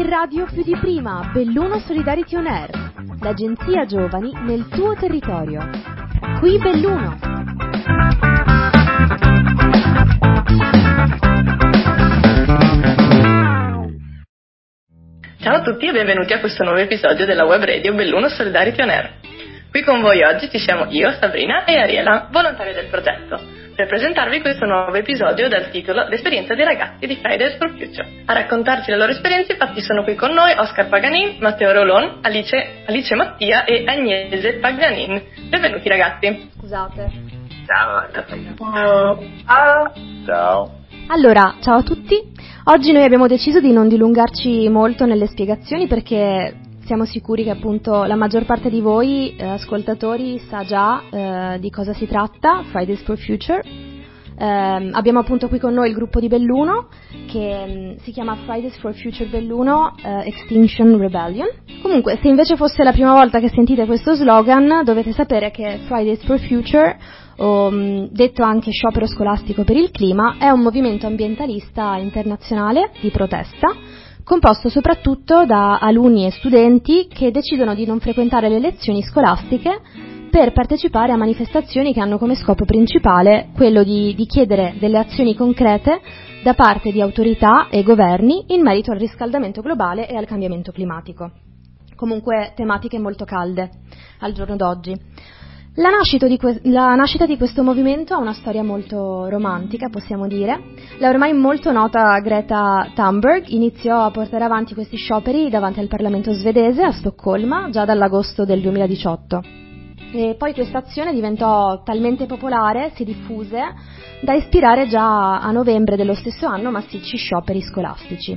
in radio più di prima, Belluno Solidarity On Air, l'agenzia giovani nel tuo territorio. Qui Belluno. Ciao a tutti e benvenuti a questo nuovo episodio della web radio Belluno Solidarity On Air. Qui con voi oggi ci siamo io, Sabrina e Ariela, volontarie del progetto, per presentarvi questo nuovo episodio dal titolo L'esperienza dei ragazzi di Fridays for Future. A raccontarci le loro esperienze infatti sono qui con noi Oscar Paganin, Matteo Rolon, Alice Mattia e Agnese Paganin. Benvenuti ragazzi. Scusate. Ciao. Ciao. Allora, ciao a tutti. Oggi noi abbiamo deciso di non dilungarci molto nelle spiegazioni perché siamo sicuri che appunto la maggior parte di voi ascoltatori sa già di cosa si tratta, Fridays for Future. Abbiamo appunto qui con noi il gruppo di Belluno che si chiama Fridays for Future Belluno Extinction Rebellion. Comunque, se invece fosse la prima volta che sentite questo slogan, dovete sapere che Fridays for Future, o detto anche sciopero scolastico per il clima, è un movimento ambientalista internazionale di protesta composto soprattutto da alunni e studenti che decidono di non frequentare le lezioni scolastiche per partecipare a manifestazioni che hanno come scopo principale quello di chiedere delle azioni concrete da parte di autorità e governi in merito al riscaldamento globale e al cambiamento climatico. Comunque tematiche molto calde al giorno d'oggi. La nascita di questo movimento ha una storia molto romantica, possiamo dire. La ormai molto nota Greta Thunberg iniziò a portare avanti questi scioperi davanti al Parlamento svedese a Stoccolma già dall'agosto del 2018. E poi questa azione diventò talmente popolare, si diffuse, da ispirare già a novembre dello stesso anno massicci scioperi scolastici.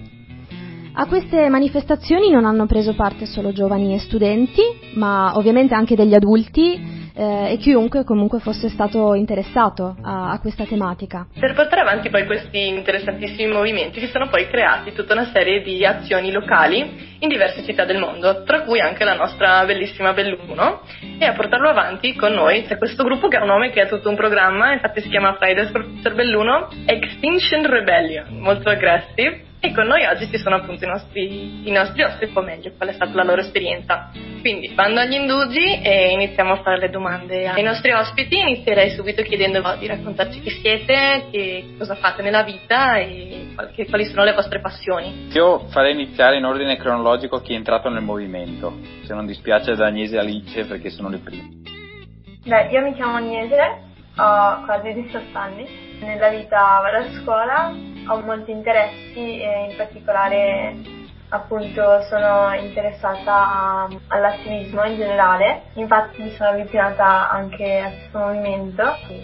A queste manifestazioni non hanno preso parte solo giovani e studenti, ma ovviamente anche degli adulti e chiunque comunque fosse stato interessato a questa tematica. Per portare avanti poi questi interessantissimi movimenti si sono poi creati tutta una serie di azioni locali in diverse città del mondo, tra cui anche la nostra bellissima Belluno, e a portarlo avanti con noi c'è questo gruppo che ha un nome che è tutto un programma, infatti si chiama Fridays for Future Belluno Extinction Rebellion, molto aggressive. E con noi oggi ci sono appunto i nostri ospiti, o meglio, qual è stata la loro esperienza. Quindi, bando agli indugi e iniziamo a fare le domande ai nostri ospiti. Inizierei subito chiedendo di raccontarci chi siete, che cosa fate nella vita e quali sono le vostre passioni. Io farei iniziare in ordine cronologico chi è entrato nel movimento, se non dispiace da Agnese e Alice perché sono le prime. Beh, io mi chiamo Agnese, ho quasi 18 anni, nella vita vado a scuola, ho molti interessi e in particolare appunto sono interessata all'attivismo in generale, infatti mi sono avvicinata anche a questo movimento.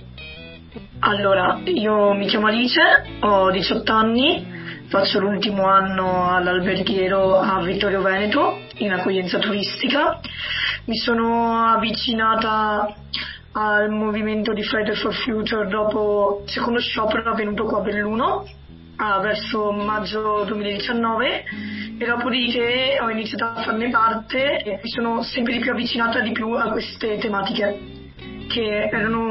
Allora, io mi chiamo Alice, ho 18 anni, faccio l'ultimo anno all'alberghiero a Vittorio Veneto in accoglienza turistica. Mi sono avvicinata al movimento di Fridays for Future dopo il secondo sciopero avvenuto qua a Belluno verso maggio 2019 e dopodiché ho iniziato a farne parte e mi sono sempre di più avvicinata di più a queste tematiche che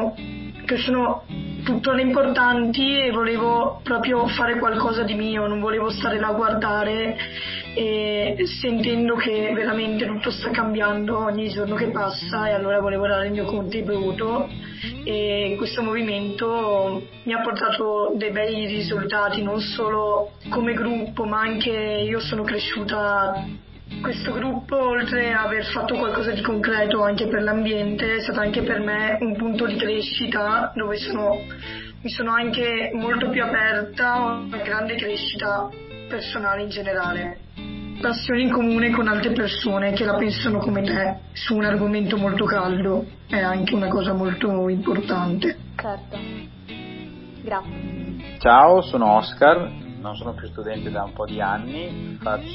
sono tutt'ora importanti e volevo proprio fare qualcosa di mio, non volevo stare là a guardare e sentendo che veramente tutto sta cambiando ogni giorno che passa e allora volevo dare il mio contributo e questo movimento mi ha portato dei bei risultati non solo come gruppo ma anche io sono cresciuta. Questo gruppo, oltre ad aver fatto qualcosa di concreto anche per l'ambiente, è stato anche per me un punto di crescita dove mi sono anche molto più aperta a una grande crescita personale in generale. Passione in comune con altre persone che la pensano come te su un argomento molto caldo è anche una cosa molto importante. Certo. Grazie. Ciao, sono Oscar, non sono più studente da un po' di anni,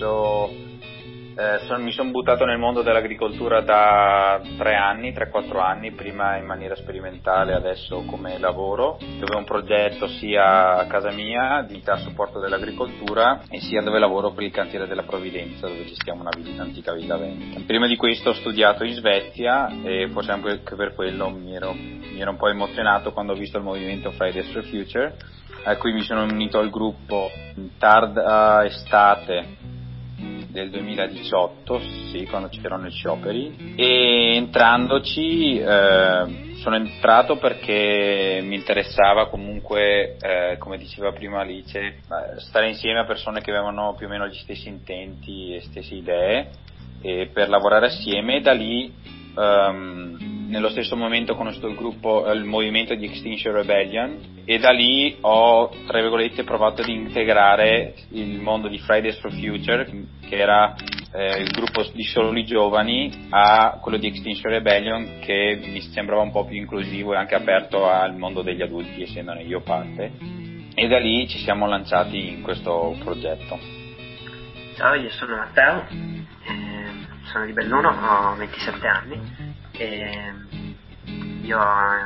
mi sono buttato nel mondo dell'agricoltura da 3-4 anni, prima in maniera sperimentale, adesso come lavoro, dove ho un progetto sia a casa mia di a supporto dell'agricoltura e sia dove lavoro per il cantiere della Provvidenza, dove gestiamo un'antica villa veneta. Prima di questo ho studiato in Svezia e forse anche per quello mi ero un po' emozionato quando ho visto il movimento Fridays for Future, a cui mi sono unito al gruppo tarda estate del 2018, sì, quando c'erano i scioperi, e entrandoci sono entrato perché mi interessava comunque, come diceva prima Alice, stare insieme a persone che avevano più o meno gli stessi intenti e stesse idee, e per lavorare assieme. E da lì nello stesso momento ho conosciuto il gruppo, il movimento di Extinction Rebellion, e da lì ho, tra virgolette, provato ad integrare il mondo di Fridays for Future, che era il gruppo di soli giovani, a quello di Extinction Rebellion, che mi sembrava un po' più inclusivo e anche aperto al mondo degli adulti, essendone io parte, e da lì ci siamo lanciati in questo progetto. Ciao, io sono Matteo, sono di Belluno, ho 27 anni e io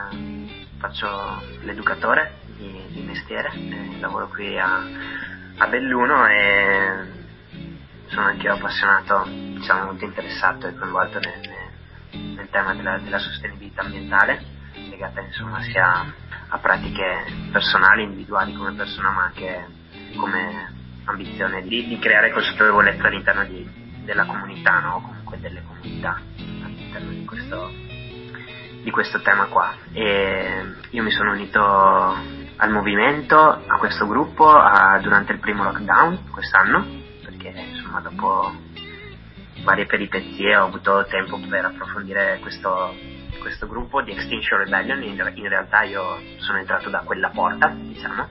faccio l'educatore di mestiere, lavoro qui a Belluno e sono anche io appassionato, diciamo molto interessato e coinvolto nel tema della sostenibilità ambientale, legata insomma sia a pratiche personali, individuali come persona, ma anche come ambizione di creare consapevolezza all'interno della comunità, no? O comunque delle comunità all'interno di questo tema qua. E io mi sono unito al movimento, a questo gruppo durante il primo lockdown quest'anno, perché insomma dopo varie peripezie ho avuto tempo per approfondire questo gruppo di Extinction Rebellion. In realtà io sono entrato da quella porta, diciamo,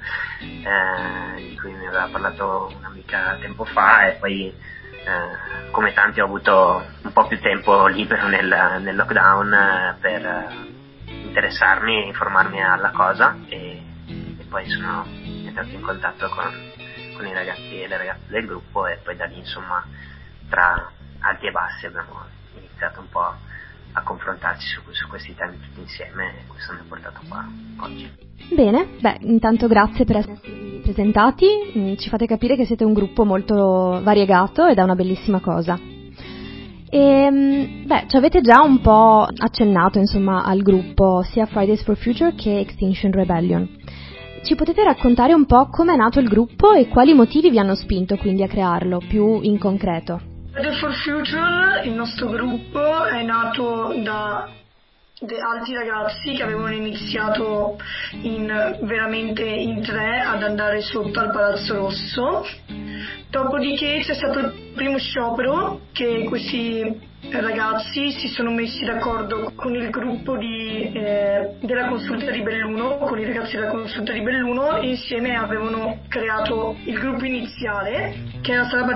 di cui mi aveva parlato un'amica tempo fa, e poi come tanti ho avuto un po' più tempo libero nel lockdown per interessarmi e informarmi alla cosa, e poi sono entrato in contatto con i ragazzi e le ragazze del gruppo, e poi da lì insomma tra alti e bassi abbiamo iniziato un po' a confrontarci su questi temi tutti insieme, e questo mi ha portato qua oggi. Bene, intanto grazie per esservi presentati, ci fate capire che siete un gruppo molto variegato ed è una bellissima cosa. E ci avete già un po' accennato insomma al gruppo sia Fridays for Future che Extinction Rebellion. Ci potete raccontare un po' come è nato il gruppo e quali motivi vi hanno spinto quindi a crearlo, più in concreto? Fridays for Future, il nostro gruppo, è nato da altri ragazzi che avevano iniziato veramente in 3 ad andare sotto al Palazzo Rosso. Dopodiché c'è stato il primo sciopero che questi ragazzi si sono messi d'accordo con il gruppo della Consulta di Belluno, con i ragazzi della Consulta di Belluno, e insieme avevano creato il gruppo iniziale, che era stata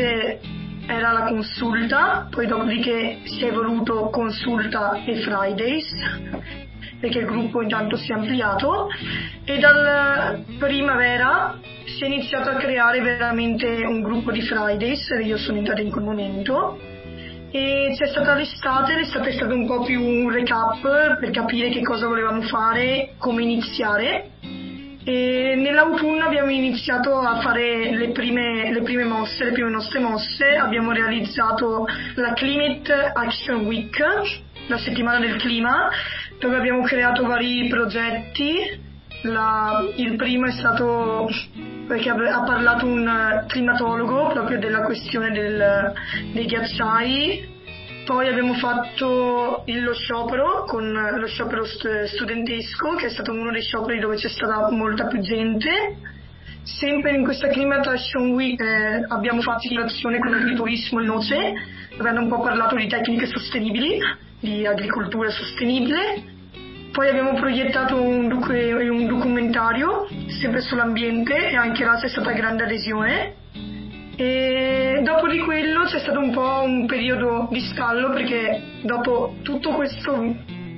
era la Consulta, poi dopodiché si è evoluto Consulta e Fridays, perché il gruppo intanto si è ampliato, e dal primavera si è iniziato a creare veramente un gruppo di Fridays, e io sono entrata in quel momento, e c'è stata l'estate è stato un po' più un recap per capire che cosa volevamo fare, come iniziare. E nell'autunno abbiamo iniziato a fare le prime nostre mosse. Abbiamo realizzato la Climate Action Week, la settimana del clima, dove abbiamo creato vari progetti. Il primo è stato perché ha parlato un climatologo proprio della questione dei ghiacciai. Poi abbiamo fatto lo sciopero, con lo sciopero studentesco, che è stato uno dei scioperi dove c'è stata molta più gente. Sempre in questa Climate Action Week abbiamo fatto l'azione con Agriturismo e Noce, dove hanno un po' parlato di tecniche sostenibili, di agricoltura sostenibile. Poi abbiamo proiettato un documentario, sempre sull'ambiente, e anche là c'è stata grande adesione. E dopo di quello c'è stato un po' un periodo di stallo, perché dopo tutto questo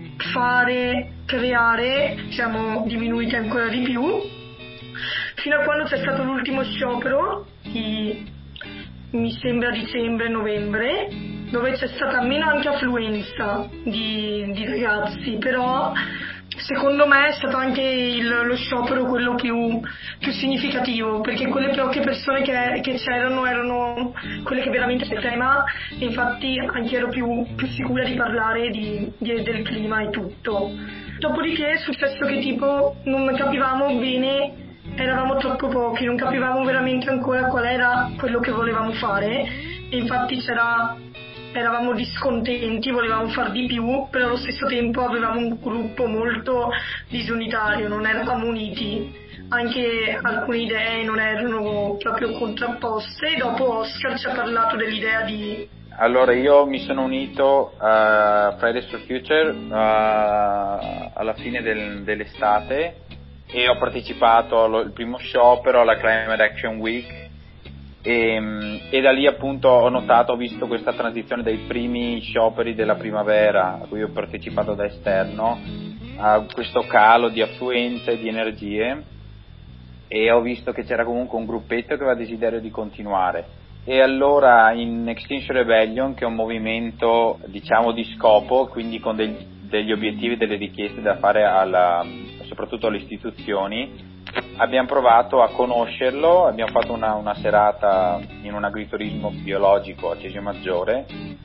creare, siamo diminuiti ancora di più, fino a quando c'è stato l'ultimo sciopero, mi sembra dicembre-novembre, dove c'è stata meno anche affluenza di ragazzi, però secondo me è stato anche lo sciopero quello più significativo, perché quelle poche persone che c'erano erano quelle che veramente c'è il tema, e infatti anche ero più sicura di parlare del clima e tutto. Dopodiché è successo che tipo non capivamo bene eravamo troppo pochi, non capivamo veramente ancora qual era quello che volevamo fare, e infatti eravamo discontenti, volevamo far di più, però allo stesso tempo avevamo un gruppo molto disunitario, non eravamo uniti, anche alcune idee non erano proprio contrapposte. Dopo Oscar ci ha parlato dell'idea di... Allora, io mi sono unito a Fridays for Future alla fine dell'estate e ho partecipato al primo sciopero, alla Climate Action Week, e da lì appunto ho visto questa transizione dai primi scioperi della primavera a cui ho partecipato da esterno a questo calo di affluenza e di energie, e ho visto che c'era comunque un gruppetto che aveva desiderio di continuare. E allora in Extinction Rebellion, che è un movimento diciamo di scopo, quindi con degli obiettivi e delle richieste da fare soprattutto alle istituzioni, abbiamo provato a conoscerlo, abbiamo fatto una serata in un agriturismo biologico a Cesio Maggiore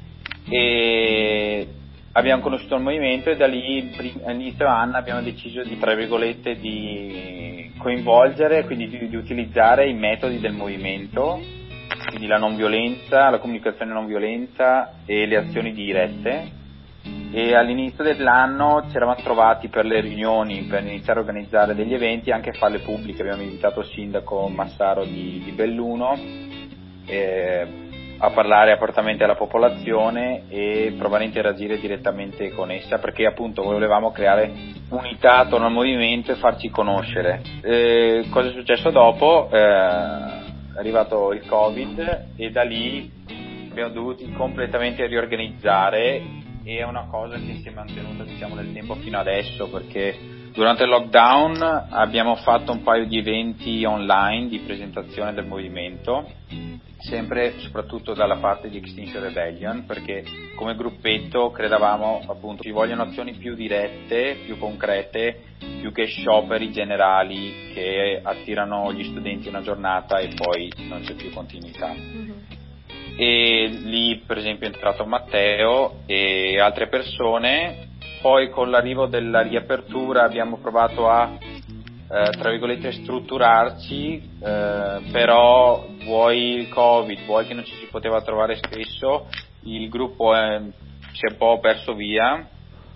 e abbiamo conosciuto il movimento, e da lì all'inizio anno abbiamo deciso di, tra virgolette, di coinvolgere, quindi di utilizzare i metodi del movimento, quindi la non violenza, la comunicazione non violenza e le azioni dirette. E all'inizio dell'anno ci eravamo trovati per le riunioni, per iniziare a organizzare degli eventi, anche farle pubbliche. Abbiamo invitato il sindaco Massaro di Belluno a parlare apertamente alla popolazione e provare a interagire direttamente con essa, perché appunto volevamo creare unità attorno al movimento e farci conoscere. Cosa è successo dopo? È arrivato il Covid e da lì abbiamo dovuto completamente riorganizzare, e è una cosa che si è mantenuta diciamo nel tempo fino adesso, perché durante il lockdown abbiamo fatto un paio di eventi online di presentazione del movimento, sempre soprattutto dalla parte di Extinction Rebellion, perché come gruppetto credevamo appunto ci vogliono azioni più dirette, più concrete, più che scioperi generali che attirano gli studenti una giornata e poi non c'è più continuità. E lì per esempio è entrato Matteo e altre persone. Poi con l'arrivo della riapertura abbiamo provato a tra virgolette strutturarci, però vuoi il Covid, vuoi che non ci si poteva trovare spesso, il gruppo si è un po' perso via,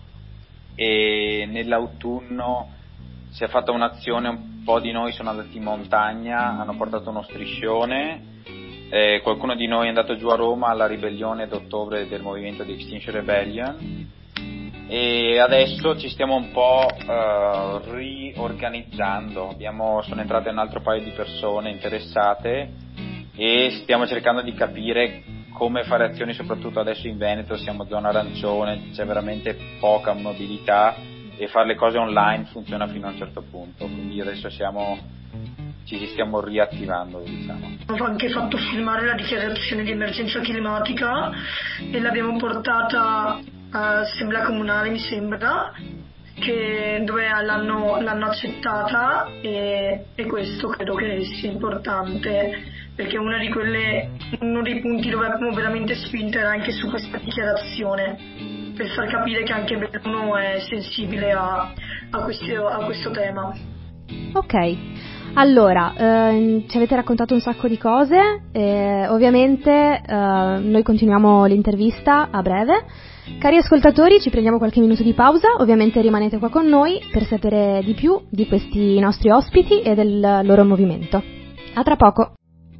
e nell'autunno si è fatta un'azione, un po' di noi sono andati in montagna, hanno portato uno striscione. Qualcuno di noi è andato giù a Roma alla ribellione d'ottobre del movimento di Extinction Rebellion, e adesso ci stiamo un po' riorganizzando. Sono entrate un altro paio di persone interessate e stiamo cercando di capire come fare azioni, soprattutto adesso in Veneto siamo zona arancione, c'è veramente poca mobilità e fare le cose online funziona fino a un certo punto, quindi adesso ci stiamo riattivando, diciamo. Ho anche fatto filmare la dichiarazione di emergenza climatica e l'abbiamo portata all'Assemblea Comunale, mi sembra, dove l'hanno accettata, e questo credo che sia importante, perché uno dei punti dove abbiamo veramente spinto era anche su questa dichiarazione, per far capire che anche Belluno è sensibile a questo tema. Ok. Allora, ci avete raccontato un sacco di cose, ovviamente noi continuiamo l'intervista a breve. Cari ascoltatori, ci prendiamo qualche minuto di pausa, ovviamente rimanete qua con noi per sapere di più di questi nostri ospiti e del loro movimento. A tra poco!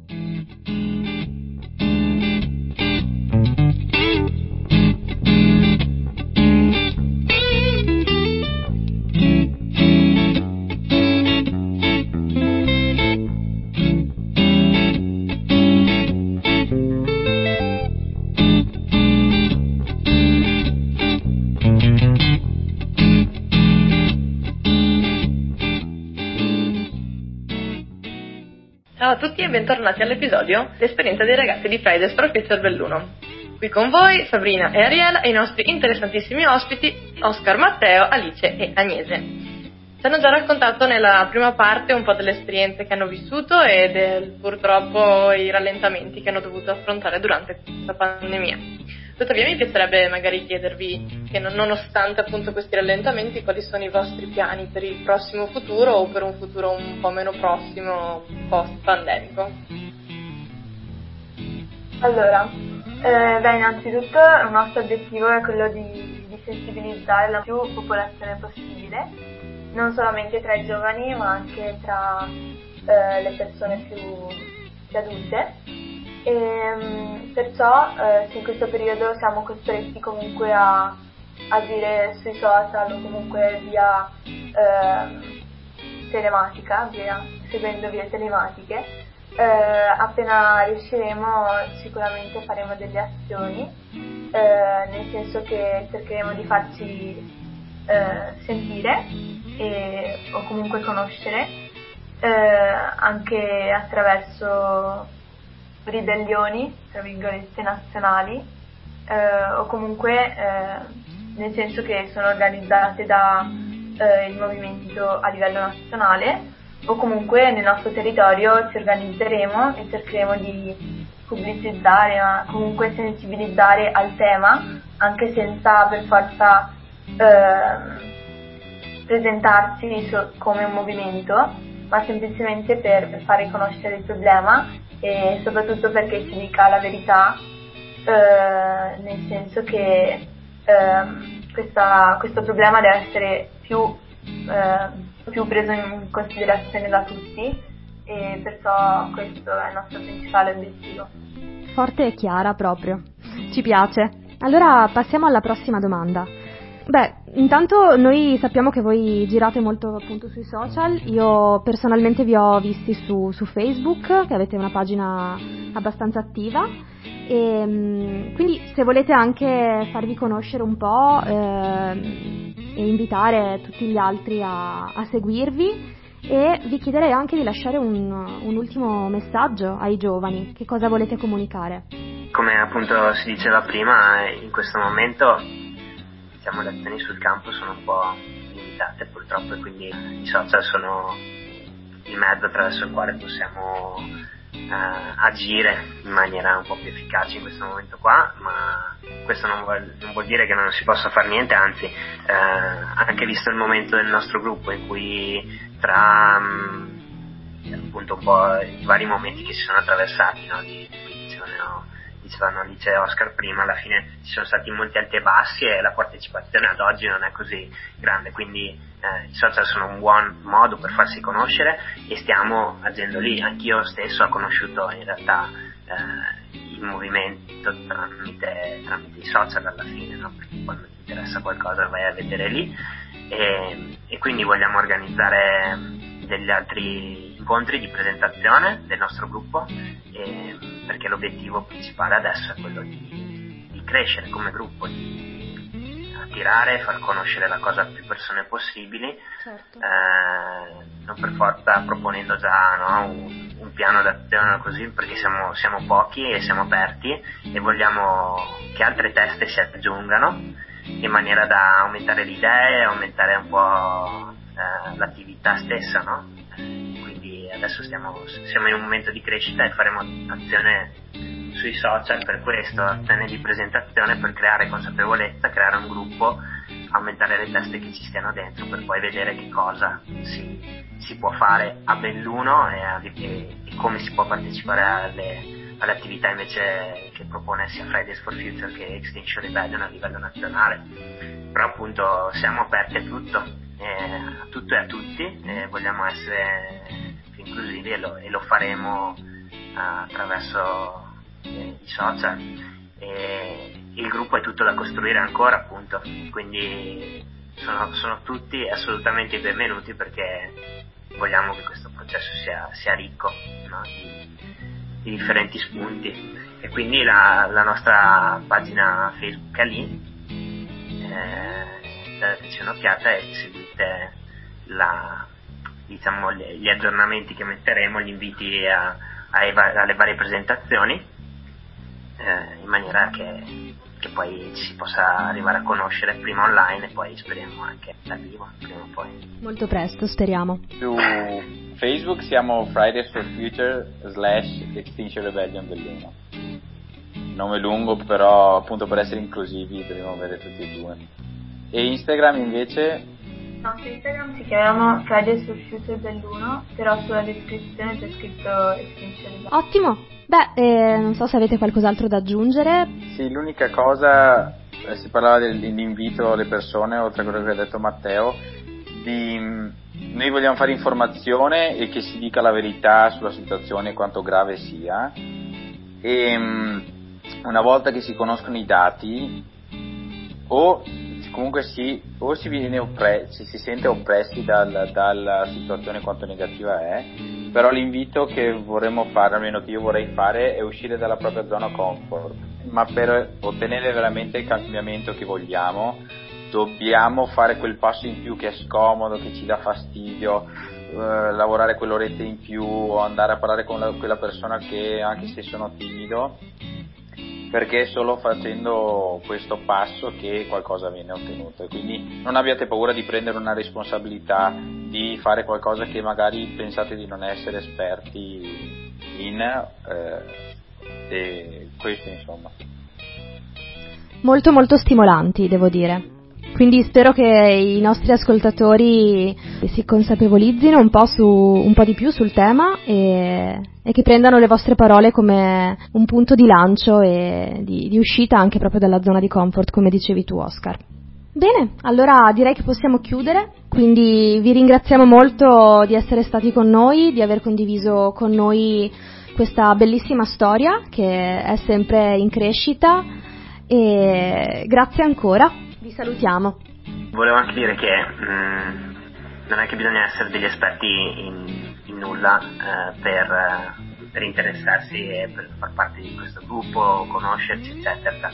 Ciao a tutti e bentornati all'episodio L'esperienza dei ragazzi di Fridays for Future Belluno. Qui con voi Sabrina e Ariela e i nostri interessantissimi ospiti Oscar, Matteo, Alice e Agnese. Ci hanno già raccontato nella prima parte un po' delle esperienze che hanno vissuto e purtroppo i rallentamenti che hanno dovuto affrontare durante questa pandemia. Tuttavia mi piacerebbe magari chiedervi che nonostante appunto questi rallentamenti, quali sono i vostri piani per il prossimo futuro o per un futuro un po' meno prossimo, post-pandemico? Allora, innanzitutto il nostro obiettivo è quello di sensibilizzare la più popolazione possibile, non solamente tra i giovani ma anche tra le persone più adulte. E perciò se in questo periodo siamo costretti comunque a agire sui social o comunque via telematica, seguendo vie telematiche, appena riusciremo sicuramente faremo delle azioni, nel senso che cercheremo di farci sentire o comunque conoscere anche attraverso ribellioni, tra virgolette, nazionali, o comunque nel senso che sono organizzate da il movimento a livello nazionale, o comunque nel nostro territorio ci organizzeremo e cercheremo di pubblicizzare, ma comunque sensibilizzare al tema, anche senza per forza presentarsi come un movimento, ma semplicemente per fare conoscere il problema e soprattutto perché si dica la verità, nel senso che questo problema deve essere più preso in considerazione da tutti, e perciò questo è il nostro principale obiettivo. Forte e chiara proprio, ci piace. Allora passiamo alla prossima domanda. Intanto noi sappiamo che voi girate molto appunto sui social. Io personalmente vi ho visti su Facebook, che avete una pagina abbastanza attiva, e quindi se volete anche farvi conoscere un po' e invitare tutti gli altri a seguirvi, e vi chiederei anche di lasciare un ultimo messaggio ai giovani. Che cosa volete comunicare? Come appunto si diceva prima, in questo momento le azioni sul campo sono un po' limitate purtroppo, e quindi i social sono il mezzo attraverso il quale possiamo agire in maniera un po' più efficace in questo momento qua, ma questo non vuol dire che non si possa fare niente, anzi anche visto il momento del nostro gruppo in cui tra appunto un po' i vari momenti che si sono attraversati, no, dicevano Alice e Oscar prima, alla fine ci sono stati molti alti e bassi e la partecipazione ad oggi non è così grande, quindi i social sono un buon modo per farsi conoscere e stiamo agendo lì. Anch'io stesso ho conosciuto in realtà il movimento tramite i social alla fine, no? Perché quando ti interessa qualcosa vai a vedere lì, e quindi vogliamo organizzare degli altri incontri di presentazione del nostro gruppo, perché l'obiettivo principale adesso è quello di crescere come gruppo, di attirare e far conoscere la cosa a più persone possibili, certo. Non per forza proponendo già un piano d'azione così, perché siamo pochi e siamo aperti e vogliamo che altre teste si aggiungano in maniera da aumentare le idee, aumentare un po' l'attività stessa, no? Quindi adesso siamo in un momento di crescita e faremo azione sui social per questo, azione di presentazione per creare consapevolezza, creare un gruppo, aumentare le teste che ci stiano dentro, per poi vedere che cosa si può fare a Belluno e come si può partecipare alle attività invece che propone sia Fridays for Future che Extinction Rebellion a livello nazionale. Però appunto siamo aperti a tutto e a tutti, vogliamo essere più inclusivi e lo faremo attraverso i social, e il gruppo è tutto da costruire ancora, appunto, quindi sono tutti assolutamente benvenuti, perché vogliamo che questo processo sia ricco, no? di differenti spunti, e quindi la nostra pagina Facebook è lì, dateci un'occhiata e seguite gli aggiornamenti che metteremo, gli inviti alle varie presentazioni, in maniera che poi ci si possa arrivare a conoscere prima online e poi speriamo anche dal vivo prima o poi. Molto presto, speriamo. Su Facebook siamo Fridays for Future / Extinction Rebellion Belluno. nome lungo, però appunto per essere inclusivi dobbiamo avere tutti e due. E Instagram invece? No, su Instagram si chiamano Fridays for Future Belluno, però sulla descrizione c'è scritto Extinction. Ottimo. Beh, non so se avete qualcos'altro da aggiungere. Sì, l'unica cosa, si parlava dell'invito alle persone, oltre a quello che ha detto Matteo, noi vogliamo fare informazione e che si dica la verità sulla situazione, quanto grave sia, e una volta che si conoscono i dati, o comunque si sente oppressi dalla situazione quanto negativa è, però l'invito che vorremmo fare, almeno che io vorrei fare, è uscire dalla propria zona comfort, ma per ottenere veramente il cambiamento che vogliamo dobbiamo fare quel passo in più che è scomodo, che ci dà fastidio, lavorare quell'oretta in più o andare a parlare con quella persona che, anche se sono timido, perché è solo facendo questo passo che qualcosa viene ottenuto. E quindi non abbiate paura di prendere una responsabilità, di fare qualcosa che magari pensate di non essere esperti in, e questo insomma. Molto molto stimolanti, devo dire. Quindi spero che i nostri ascoltatori si consapevolizzino un po' di più sul tema e che prendano le vostre parole come un punto di lancio e di uscita anche proprio dalla zona di comfort, come dicevi tu, Oscar. Bene, allora direi che possiamo chiudere, quindi vi ringraziamo molto di essere stati con noi, di aver condiviso con noi questa bellissima storia che è sempre in crescita, e grazie ancora. Vi salutiamo. Volevo anche dire che non è che bisogna essere degli esperti in nulla per interessarsi e per far parte di questo gruppo, conoscerci, eccetera.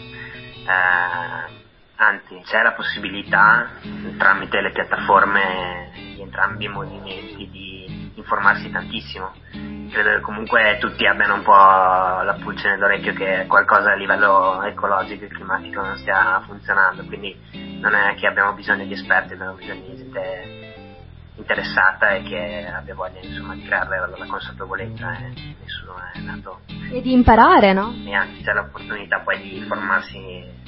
Anzi, c'è la possibilità, tramite le piattaforme di entrambi i movimenti, di informarsi tantissimo. Credo che comunque tutti abbiano un po' la pulce nell'orecchio che qualcosa a livello ecologico e climatico non stia funzionando, quindi non è che abbiamo bisogno di esperti, abbiamo bisogno di gente interessata e che abbia voglia, insomma, di creare la consapevolezza, nessuno è nato. E di imparare, no? E anzi c'è l'opportunità poi di formarsi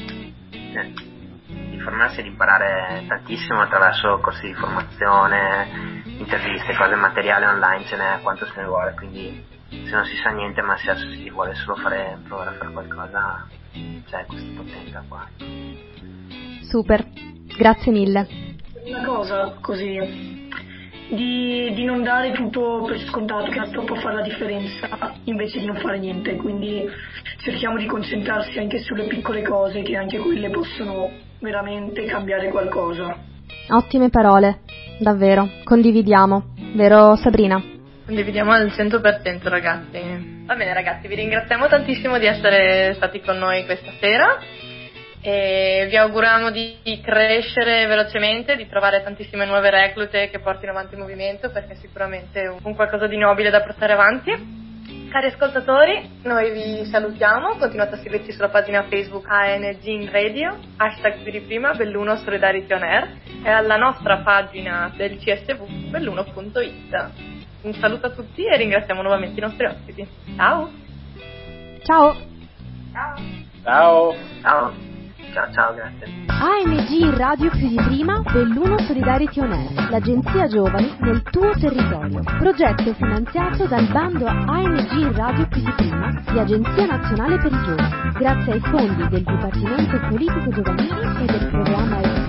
e di imparare tantissimo attraverso corsi di formazione, interviste, cose, materiale online, ce n'è quanto se ne vuole, quindi se non si sa niente ma se si vuole solo provare a fare qualcosa, c'è questa potenza qua. Super, grazie mille. Una cosa così, di non dare tutto per scontato, che sta può fare la differenza invece di non fare niente, quindi cerchiamo di concentrarsi anche sulle piccole cose, che anche quelle possono veramente cambiare qualcosa. Ottime parole, davvero, condividiamo, vero Sabrina? Condividiamo al 100%, ragazzi. Va bene ragazzi, vi ringraziamo tantissimo di essere stati con noi questa sera e vi auguriamo di crescere velocemente, di trovare tantissime nuove reclute che portino avanti il movimento, perché è sicuramente un qualcosa di nobile da portare avanti. Cari ascoltatori, noi vi salutiamo, continuate a seguirci sulla pagina Facebook ANG in Radio, #prima Belluno Solidarity On Air, e alla nostra pagina del CSV belluno.it. Un saluto a tutti e ringraziamo nuovamente i nostri ospiti. Ciao! Ciao! Ciao! Ciao! Ciao! Ciao, grazie. ANG Radio Più di Prima, Belluno Solidarity On Air, l'agenzia giovani nel tuo territorio. Progetto finanziato dal bando ANG Radio Più di Prima di Agenzia Nazionale per i Giovani, grazie ai fondi del Dipartimento Politico Giovanili e del programma